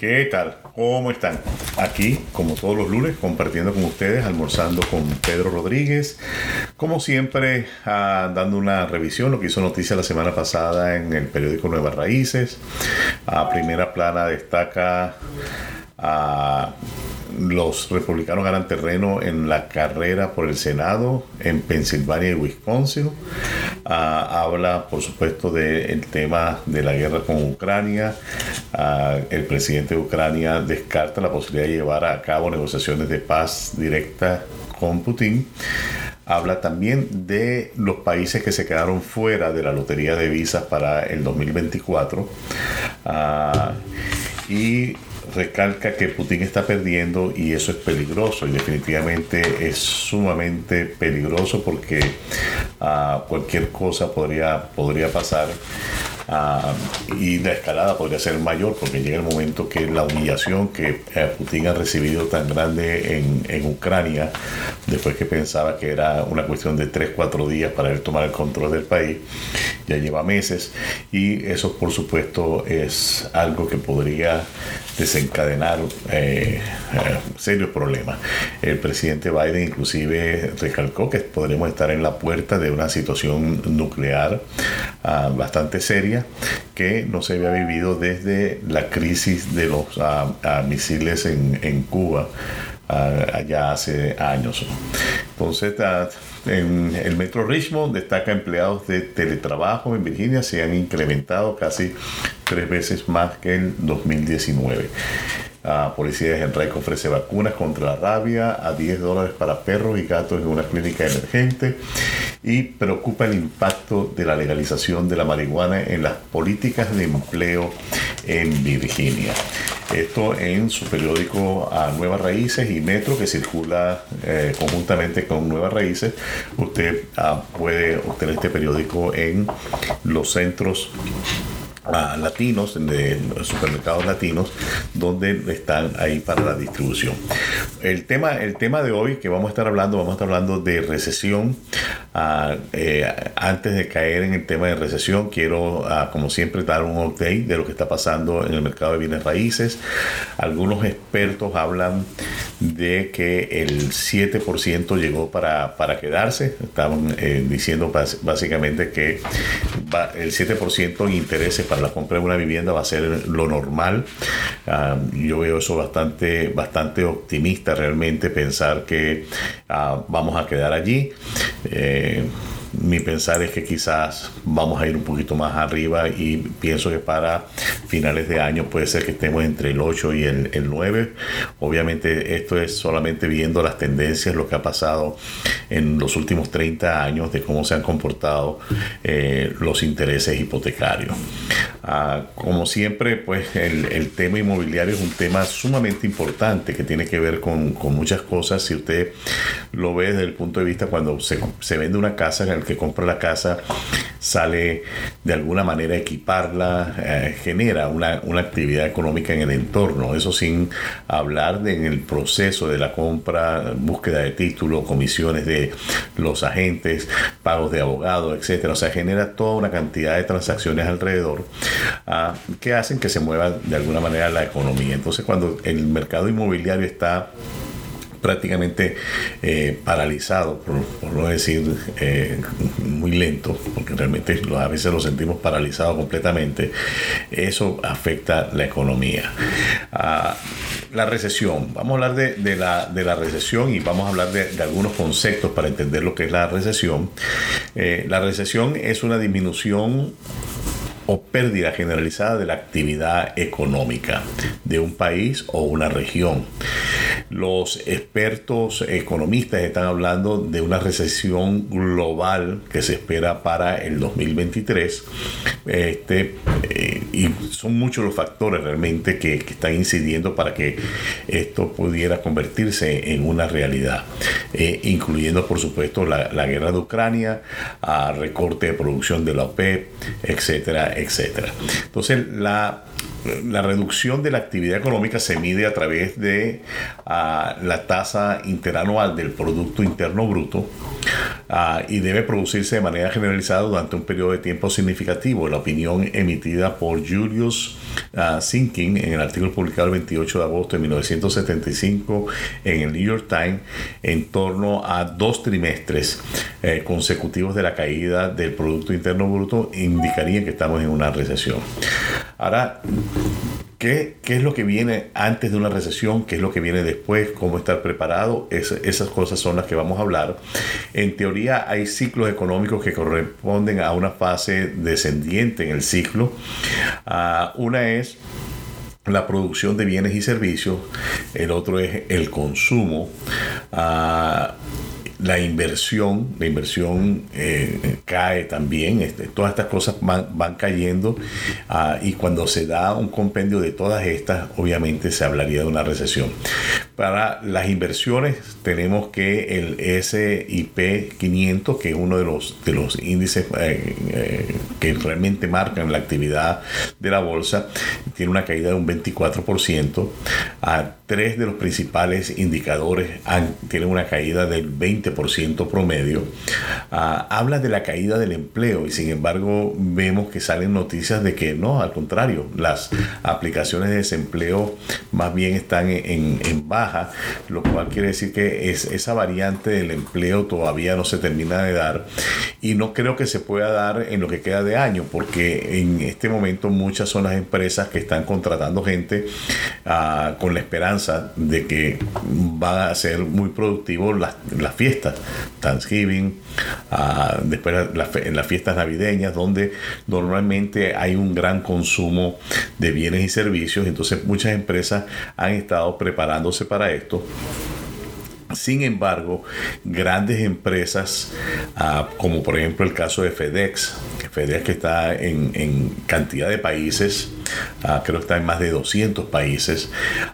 ¿Qué tal? ¿Cómo están? Aquí, como todos los lunes, compartiendo con ustedes, almorzando con Pedro Rodríguez. Como siempre, dando una revisión, lo que hizo noticia la semana pasada en el periódico Nuevas Raíces. A primera plana destaca los republicanos ganan terreno en la carrera por el Senado en Pensilvania y Wisconsin. Habla, por supuesto, del tema de la guerra con Ucrania. El presidente de Ucrania descarta la posibilidad de llevar a cabo negociaciones de paz directa con Putin. Habla también de los países que se quedaron fuera de la lotería de visas para el 2024. Y recalca que Putin está perdiendo y eso es peligroso, y definitivamente es sumamente peligroso porque cualquier cosa podría pasar, y la escalada podría ser mayor, porque llega el momento que la humillación que Putin ha recibido tan grande en Ucrania, después que pensaba que era una cuestión de 3-4 días para él tomar el control del país, ya lleva meses, y eso por supuesto es algo que podría desencadenar serios problemas. El presidente Biden inclusive recalcó que podremos estar en la puerta de una situación nuclear bastante seria que no se había vivido desde la crisis de los misiles en Cuba allá hace años. Entonces, en el Metro Richmond destaca empleados de teletrabajo en Virginia se han incrementado casi 3 veces más que en 2019. Policía de Henrique ofrece vacunas contra la rabia a $10 para perros y gatos en una clínica emergente, y preocupa el impacto de la legalización de la marihuana en las políticas de empleo en Virginia. Esto en su periódico Nuevas Raíces y Metro, que circula conjuntamente con Nuevas Raíces. Usted puede obtener este periódico en los centros latinos, de supermercados latinos, donde están ahí para la distribución. El tema de hoy que vamos a estar hablando de recesión. Antes de caer en el tema de recesión, quiero como siempre dar un update de lo que está pasando en el mercado de bienes raíces. Algunos expertos hablan de que el 7% llegó para quedarse. Estaban diciendo básicamente que el 7% en intereses para la compra de una vivienda va a ser lo normal. Yo veo eso bastante optimista, realmente, pensar que vamos a quedar allí. Mi pensar es que quizás vamos a ir un poquito más arriba, y pienso que para finales de año puede ser que estemos entre el 8 y el 9. Obviamente esto es solamente viendo las tendencias, lo que ha pasado en los últimos 30 años, de cómo se han comportado los intereses hipotecarios. Como siempre, pues el tema inmobiliario es un tema sumamente importante que tiene que ver con muchas cosas. Si usted lo ve desde el punto de vista cuando se vende una casa, en el que compra la casa sale de alguna manera a equiparla, genera una actividad económica en el entorno. Eso sin hablar en el proceso de la compra, búsqueda de título, comisiones de los agentes, pagos de abogados, etcétera. O sea, genera toda una cantidad de transacciones alrededor que hacen que se mueva de alguna manera la economía. Entonces, cuando el mercado inmobiliario está prácticamente paralizado, por no decir muy lento, porque realmente a veces lo sentimos paralizado completamente, eso afecta la economía. La recesión, vamos a hablar de la recesión, y vamos a hablar de algunos conceptos para entender lo que es la recesión. La recesión es una disminución o pérdida generalizada de la actividad económica de un país o una región. Los expertos economistas están hablando de una recesión global que se espera para el 2023. Y son muchos los factores realmente que están incidiendo para que esto pudiera convertirse en una realidad, incluyendo por supuesto la guerra de Ucrania, recorte de producción de la OPEP, etcétera, etcétera. Entonces la reducción de la actividad económica se mide a través de la tasa interanual del Producto Interno Bruto, y debe producirse de manera generalizada durante un periodo de tiempo significativo. La opinión emitida por Julius Sinking en el artículo publicado el 28 de agosto de 1975 en el New York Times, en torno a 2 trimestres consecutivos de la caída del Producto Interno Bruto, indicarían que estamos en una recesión. Ahora, ¿qué es lo que viene antes de una recesión? ¿Qué es lo que viene después? ¿Cómo estar preparado? Esas cosas son las que vamos a hablar. En teoría hay ciclos económicos que corresponden a una fase descendiente en el ciclo. Una es la producción de bienes y servicios, el otro es el consumo. La inversión cae también. Todas estas cosas van cayendo, y cuando se da un compendio de todas estas, obviamente se hablaría de una recesión. Para las inversiones tenemos que el S&P 500, que es uno de los índices que realmente marcan la actividad de la bolsa, tiene una caída de un 24%. Tres de los principales indicadores tienen una caída del 20% promedio. Habla de la caída del empleo, y sin embargo vemos que salen noticias de que no, al contrario, las aplicaciones de desempleo más bien están en baja, lo cual quiere decir que esa variante del empleo todavía no se termina de dar, y no creo que se pueda dar en lo que queda de año, porque en este momento muchas son las empresas que están contratando gente con la esperanza de que van a ser muy productivos las fiestas, Thanksgiving, después en las fiestas navideñas, donde normalmente hay un gran consumo de bienes y servicios. Entonces muchas empresas han estado preparándose para esto. Sin embargo, grandes empresas, como por ejemplo el caso de FedEx que está en cantidad de países, creo que está en más de 200 países,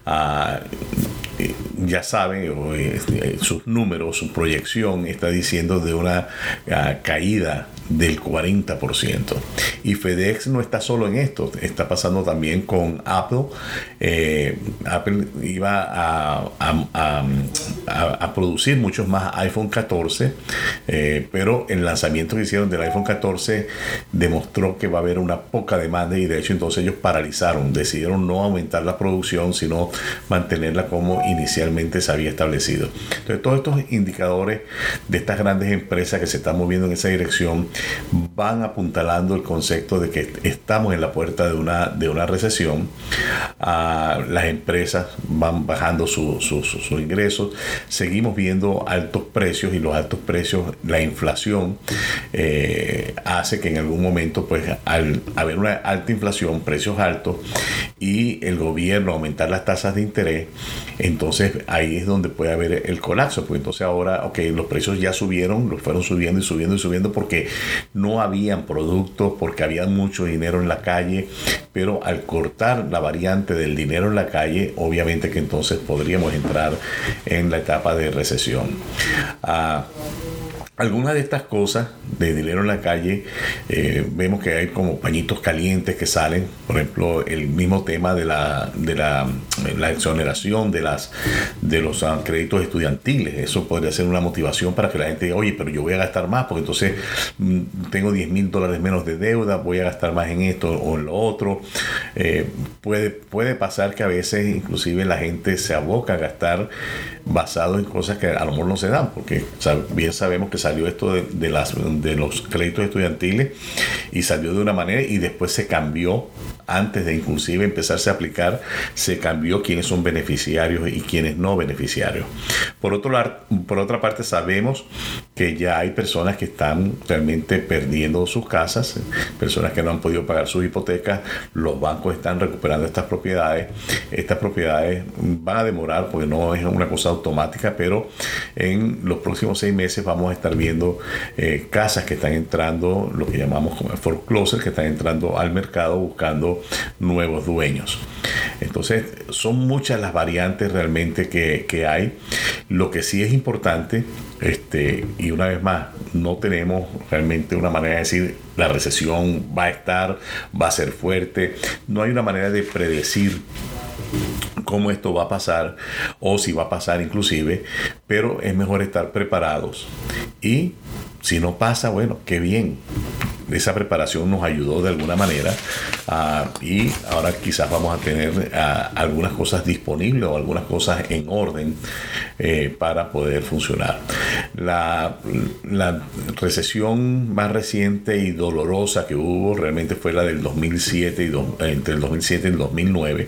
ya saben, sus números, su proyección está diciendo de una caída del 40%. Y FedEx no está solo en esto, está pasando también con Apple. Apple iba a producir muchos más iPhone 14, pero el lanzamiento que hicieron del iPhone 14 demostró que va a haber una poca demanda, y de hecho entonces ellos paralizaron, decidieron no aumentar la producción, sino mantenerla como inicialmente se había establecido. Entonces todos estos indicadores de estas grandes empresas que se están moviendo en esa dirección van apuntalando el concepto de que estamos en la puerta de una recesión. Las empresas van bajando sus ingresos, seguimos viendo altos precios, y los altos precios, la inflación hace que en algún momento, pues al haber una alta inflación, precios altos, y el gobierno aumentar las tasas de interés, entonces ahí es donde puede haber el colapso. Pues entonces ahora, los precios ya subieron, los fueron subiendo y subiendo y subiendo porque no habían productos, porque había mucho dinero en la calle, pero al cortar la variante del dinero en la calle, obviamente que entonces podríamos entrar en la etapa de recesión. Algunas de estas cosas de dinero en la calle, vemos que hay como pañitos calientes que salen. Por ejemplo, el mismo tema de la exoneración de los créditos estudiantiles. Eso podría ser una motivación para que la gente diga, oye, pero yo voy a gastar más, porque entonces tengo $10,000 menos de deuda, voy a gastar más en esto o en lo otro. Puede pasar que a veces inclusive la gente se aboca a gastar basado en cosas que a lo mejor no se dan, porque bien sabemos que salió esto de los créditos estudiantiles, y salió de una manera y después se cambió. Antes de inclusive empezarse a aplicar, se cambió quiénes son beneficiarios y quiénes no beneficiarios. Por otra parte, sabemos que ya hay personas que están realmente perdiendo sus casas, personas que no han podido pagar sus hipotecas. Los bancos están recuperando estas propiedades. Estas propiedades van a demorar porque no es una cosa automática, pero en los próximos 6 meses vamos a estar viendo casas que están entrando, lo que llamamos como foreclosure, que están entrando al mercado buscando nuevos dueños. Entonces son muchas las variantes realmente que hay. Lo que sí es importante, y una vez más, no tenemos realmente una manera de decir la recesión va a ser fuerte. No hay una manera de predecir cómo esto va a pasar o si va a pasar inclusive, pero es mejor estar preparados y si no pasa, bueno, qué bien. Esa preparación nos ayudó de alguna manera y ahora quizás vamos a tener algunas cosas disponibles o algunas cosas en orden para poder funcionar. La recesión más reciente y dolorosa que hubo realmente fue la del 2007 entre el 2007 y el 2009,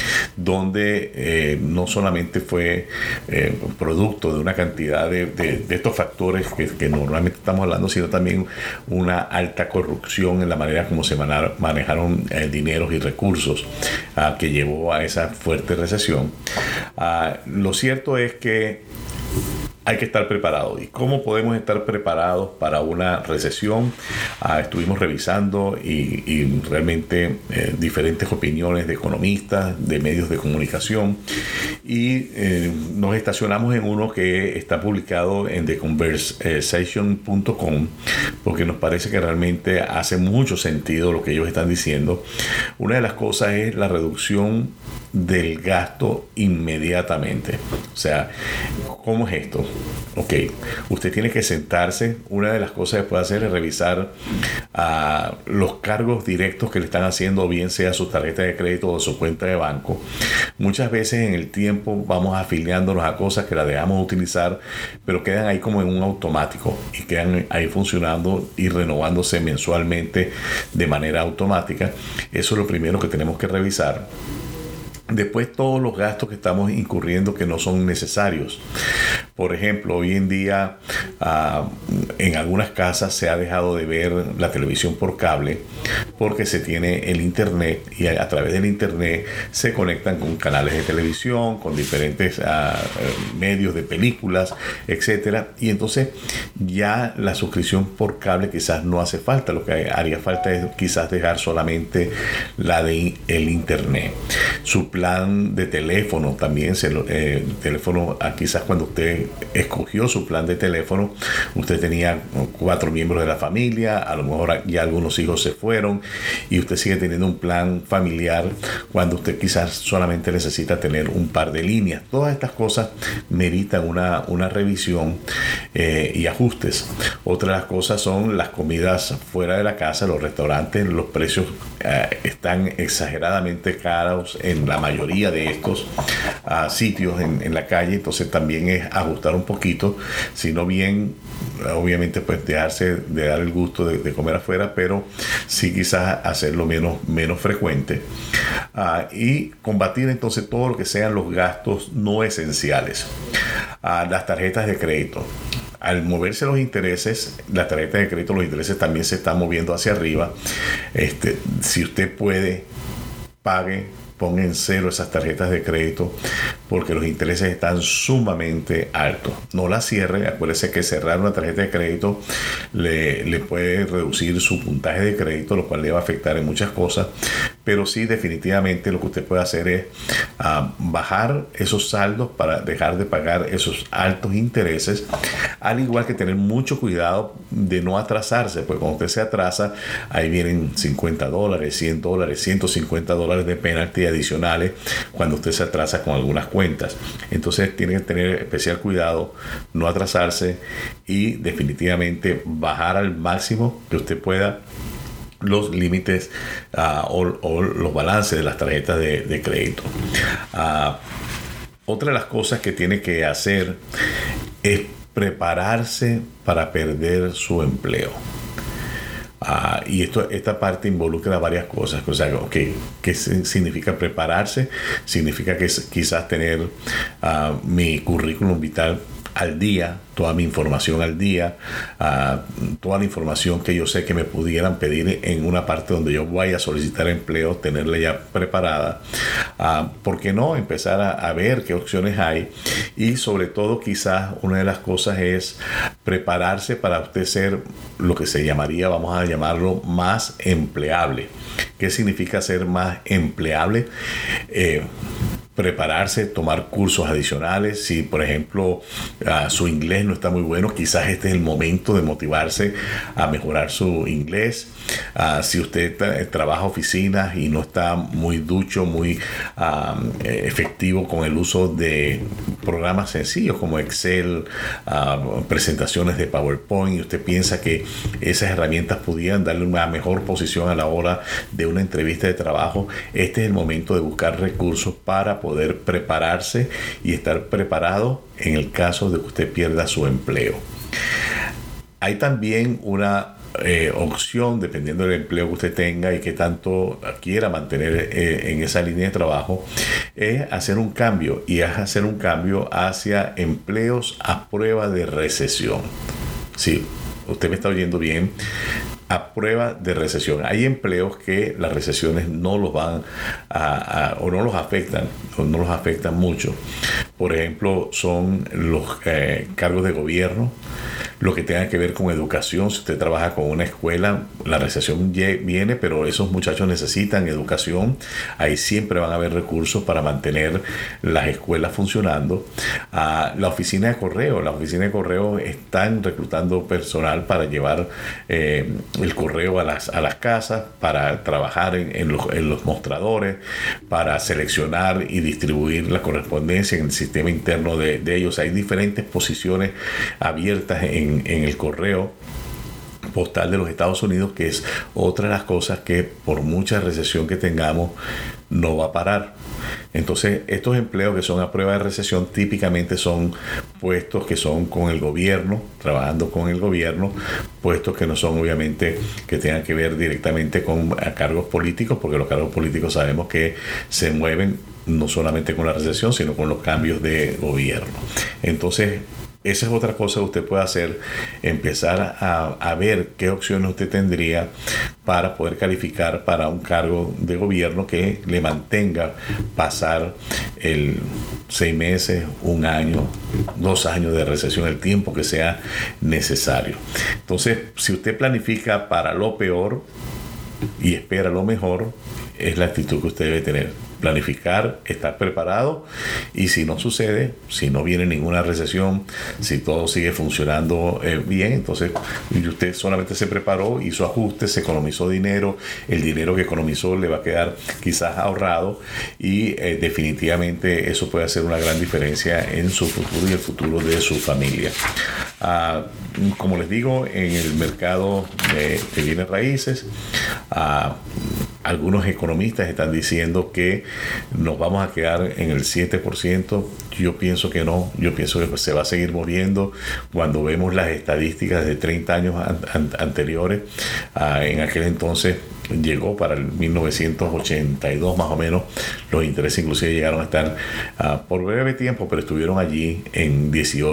donde no solamente fue producto de una cantidad de estos factores que normalmente estamos hablando, sino también una alta corrupción en la manera como se manejaron dineros y recursos que llevó a esa fuerte recesión. Lo cierto es que hay que estar preparados. ¿Y cómo podemos estar preparados para una recesión? Estuvimos revisando y realmente diferentes opiniones de economistas, de medios de comunicación, y nos estacionamos en uno que está publicado en theconversation.com, porque nos parece que realmente hace mucho sentido lo que ellos están diciendo. Una de las cosas es la reducción del gasto inmediatamente. O sea, ¿cómo es esto? Ok, usted tiene que sentarse. Una de las cosas que puede hacer es revisar los cargos directos que le están haciendo, bien sea su tarjeta de crédito o su cuenta de banco. Muchas veces en el tiempo vamos afiliándonos a cosas que las dejamos de utilizar, pero quedan ahí como en un automático y quedan ahí funcionando y renovándose mensualmente de manera automática. Eso es lo primero que tenemos que revisar. Después, todos los gastos que estamos incurriendo que no son necesarios. Por ejemplo, hoy en día en algunas casas se ha dejado de ver la televisión por cable porque se tiene el internet, y a través del internet se conectan con canales de televisión, con diferentes medios de películas, etcétera, y entonces ya la suscripción por cable quizás no hace falta. Lo que haría falta es quizás dejar solamente la de el internet. Su plan de teléfono también, teléfono, quizás cuando usted escogió su plan de teléfono, usted tenía 4 miembros de la familia, a lo mejor ya algunos hijos se fueron y usted sigue teniendo un plan familiar cuando usted quizás solamente necesita tener un par de líneas. Todas estas cosas meritan una revisión y ajustes. Otra de las cosas son las comidas fuera de la casa, los restaurantes. Los precios están exageradamente caros en la mayoría de estos sitios en la calle, entonces también es ajustar un poquito, sino bien, obviamente, pues dejarse de dar el gusto de comer afuera, pero sí quizás hacerlo menos frecuente, y combatir entonces todo lo que sean los gastos no esenciales. Las tarjetas de crédito. Al moverse los intereses, la tarjeta de crédito, los intereses también se están moviendo hacia arriba. Si usted puede, pague, ponga en cero esas tarjetas de crédito, porque los intereses están sumamente altos. No la cierre. Acuérdese que cerrar una tarjeta de crédito le puede reducir su puntaje de crédito, lo cual le va a afectar en muchas cosas, pero sí, definitivamente lo que usted puede hacer es bajar esos saldos para dejar de pagar esos altos intereses, al igual que tener mucho cuidado de no atrasarse, porque cuando usted se atrasa, ahí vienen $50, $100, $150 de penalti adicionales cuando usted se atrasa con algunas cuentas. Entonces tiene que tener especial cuidado, no atrasarse y definitivamente bajar al máximo que usted pueda los límites o los balances de las tarjetas de crédito. Otra de las cosas que tiene que hacer es prepararse para perder su empleo. Y esta parte involucra varias cosas. O sea, ¿qué significa prepararse? Significa que quizás tener mi currículum vital al día, toda mi información al día, toda la información que yo sé que me pudieran pedir en una parte donde yo vaya a solicitar empleo, tenerla ya preparada. ¿Por qué no? Empezar a ver qué opciones hay, y sobre todo quizás una de las cosas es prepararse para usted ser lo que se llamaría, vamos a llamarlo, más empleable. ¿Qué significa ser más empleable? prepararse, tomar cursos adicionales. Si, por ejemplo, su inglés no está muy bueno, quizás este es el momento de motivarse a mejorar su inglés. Si usted trabaja oficinas y no está muy ducho, muy efectivo con el uso de programas sencillos como Excel, presentaciones de PowerPoint, y usted piensa que esas herramientas pudieran darle una mejor posición a la hora de una entrevista de trabajo, este es el momento de buscar recursos para poder prepararse y estar preparado en el caso de que usted pierda su empleo. Hay también una opción, dependiendo del empleo que usted tenga y que tanto quiera mantener en esa línea de trabajo, es hacer un cambio, y es hacer un cambio hacia empleos a prueba de recesión. Sí, usted me está oyendo bien. A prueba de recesión. Hay empleos que las recesiones no los van o no los afectan, o no los afectan mucho. Por ejemplo, son los cargos de gobierno, lo que tenga que ver con educación. Si usted trabaja con una escuela, la recesión viene, pero esos muchachos necesitan educación. Ahí siempre van a haber recursos para mantener las escuelas funcionando. La oficina de correo. La oficina de correo están reclutando personal para llevar el correo a las casas, para trabajar en los mostradores, para seleccionar y distribuir la correspondencia en el sistema interno de ellos. Hay diferentes posiciones abiertas en el correo postal de los Estados Unidos, que es otra de las cosas que por mucha recesión que tengamos no va a parar. Entonces, estos empleos que son a prueba de recesión típicamente son puestos que son con el gobierno, trabajando con el gobierno, puestos que no son obviamente que tengan que ver directamente con cargos políticos, porque los cargos políticos sabemos que se mueven no solamente con la recesión, sino con los cambios de gobierno. Entonces, esa es otra cosa que usted puede hacer, empezar a ver qué opciones usted tendría para poder calificar para un cargo de gobierno que le mantenga pasar el 6 meses, 1 año, 2 años de recesión, el tiempo que sea necesario. Entonces, si usted planifica para lo peor y espera lo mejor, es la actitud que usted debe tener. Planificar, estar preparado, y si no sucede, si no viene ninguna recesión, si todo sigue funcionando bien, entonces usted solamente se preparó, hizo ajustes, se economizó dinero, el dinero que economizó le va a quedar quizás ahorrado, y definitivamente eso puede hacer una gran diferencia en su futuro y el futuro de su familia. Como les digo, en el mercado de bienes raíces, algunos economistas están diciendo que nos vamos a quedar en el 7%. Yo pienso que no, yo pienso que se va a seguir moviendo. Cuando vemos las estadísticas de 30 años anteriores, en aquel entonces llegó para el 1982 más o menos, los intereses inclusive llegaron a estar por breve tiempo, pero estuvieron allí en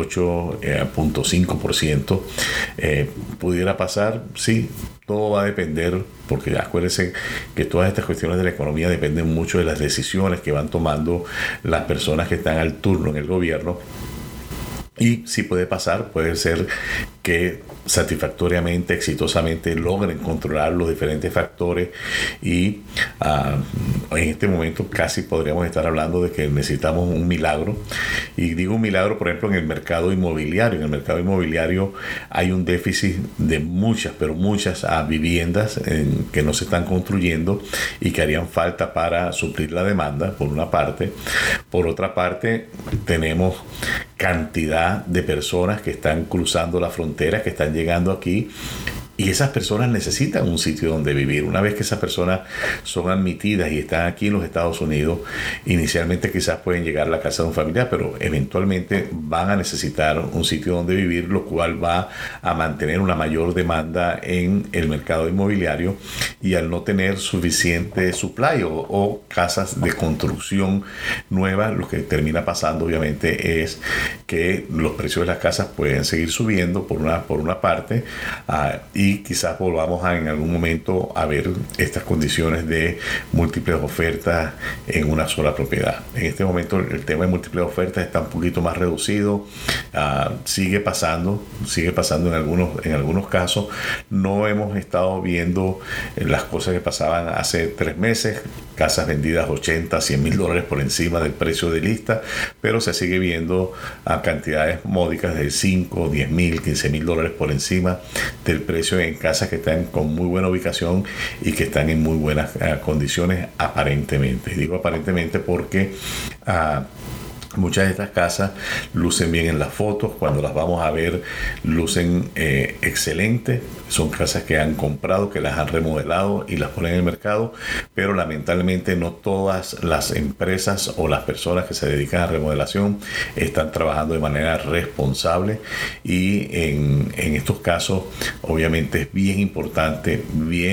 18.5%. ¿Pudiera pasar? Sí. Todo va a depender, porque acuérdense que todas estas cuestiones de la economía dependen mucho de las decisiones que van tomando las personas que están al turno en el gobierno. Y si puede pasar, puede ser que satisfactoriamente, exitosamente logren controlar los diferentes factores, y en este momento casi podríamos estar hablando de que necesitamos un milagro. Y digo un milagro, por ejemplo, en el mercado inmobiliario. En el mercado inmobiliario hay un déficit de muchas, pero muchas viviendas que no se están construyendo y que harían falta para suplir la demanda, por una parte. Por otra parte, tenemos cantidad de personas que están cruzando la frontera, que están llegando aquí, y esas personas necesitan un sitio donde vivir. Una vez que esas personas son admitidas y están aquí en los Estados Unidos, inicialmente quizás pueden llegar a la casa de un familiar, pero eventualmente van a necesitar un sitio donde vivir, lo cual va a mantener una mayor demanda en el mercado inmobiliario. Y al no tener suficiente supply o casas de construcción nuevas, lo que termina pasando obviamente es que los precios de las casas pueden seguir subiendo por una parte, y quizás volvamos en algún momento a ver estas condiciones de múltiples ofertas en una sola propiedad. En este momento el tema de múltiples ofertas está un poquito más reducido. Sigue pasando en algunos casos. No hemos estado viendo las cosas que pasaban hace 3 meses. casas vendidas $80,000, $100,000 por encima del precio de lista, pero se sigue viendo a cantidades módicas de $5,000, $10,000, $15,000 por encima del precio en casas que están con muy buena ubicación y que están en muy buenas condiciones aparentemente. Digo aparentemente porque muchas de estas casas lucen bien en las fotos, cuando las vamos a ver lucen excelentes. Son casas que han comprado, que las han remodelado y las ponen en el mercado, pero lamentablemente no todas las empresas o las personas que se dedican a remodelación están trabajando de manera responsable, y en estos casos obviamente es bien importante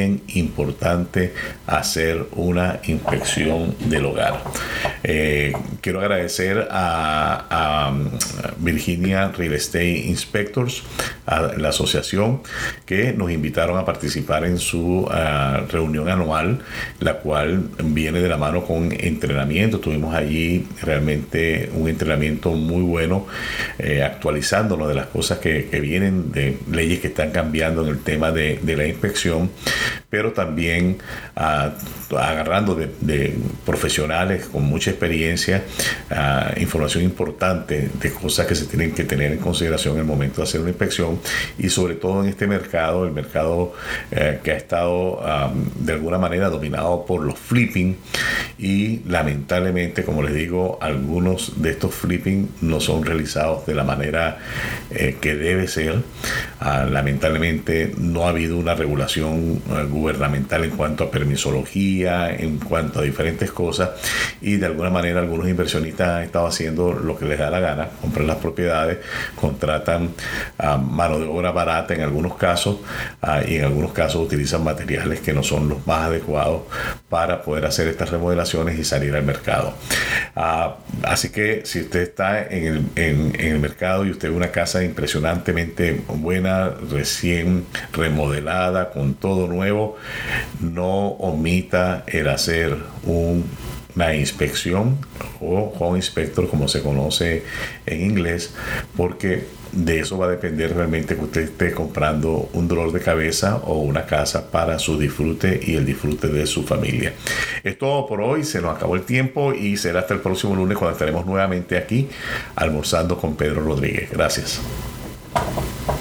hacer una inspección del hogar. Quiero agradecer a Virginia Real Estate Inspectors, a la asociación, que nos invitaron a participar en su reunión anual, la cual viene de la mano con entrenamiento. Tuvimos allí realmente un entrenamiento muy bueno, actualizándonos de las cosas que vienen, de leyes que están cambiando en el tema de la inspección, pero también agarrando de profesionales con mucha experiencia información importante de cosas que se tienen que tener en consideración en el momento de hacer una inspección, y sobre todo en este mercado, el mercado que ha estado de alguna manera dominado por los flipping, y lamentablemente, como les digo, algunos de estos flipping no son realizados de la manera que debe ser. Lamentablemente no ha habido una regulación gubernamental en cuanto a permisología, en cuanto a diferentes cosas, y de alguna manera algunos inversionistas han estado haciendo lo que les da la gana, compran las propiedades, contratan mano de obra barata en algunos casos, y en algunos casos utilizan materiales que no son los más adecuados para poder hacer estas remodelaciones y salir al mercado. Así que si usted está en el mercado y usted ve una casa impresionantemente buena, recién remodelada, con todo nuevo, no omita el hacer una inspección, o home inspector como se conoce en inglés, porque de eso va a depender realmente que usted esté comprando un dolor de cabeza o una casa para su disfrute y el disfrute de su familia. Es todo por hoy, se nos acabó el tiempo y será hasta el próximo lunes, cuando estaremos nuevamente aquí almorzando con Pedro Rodríguez. Gracias.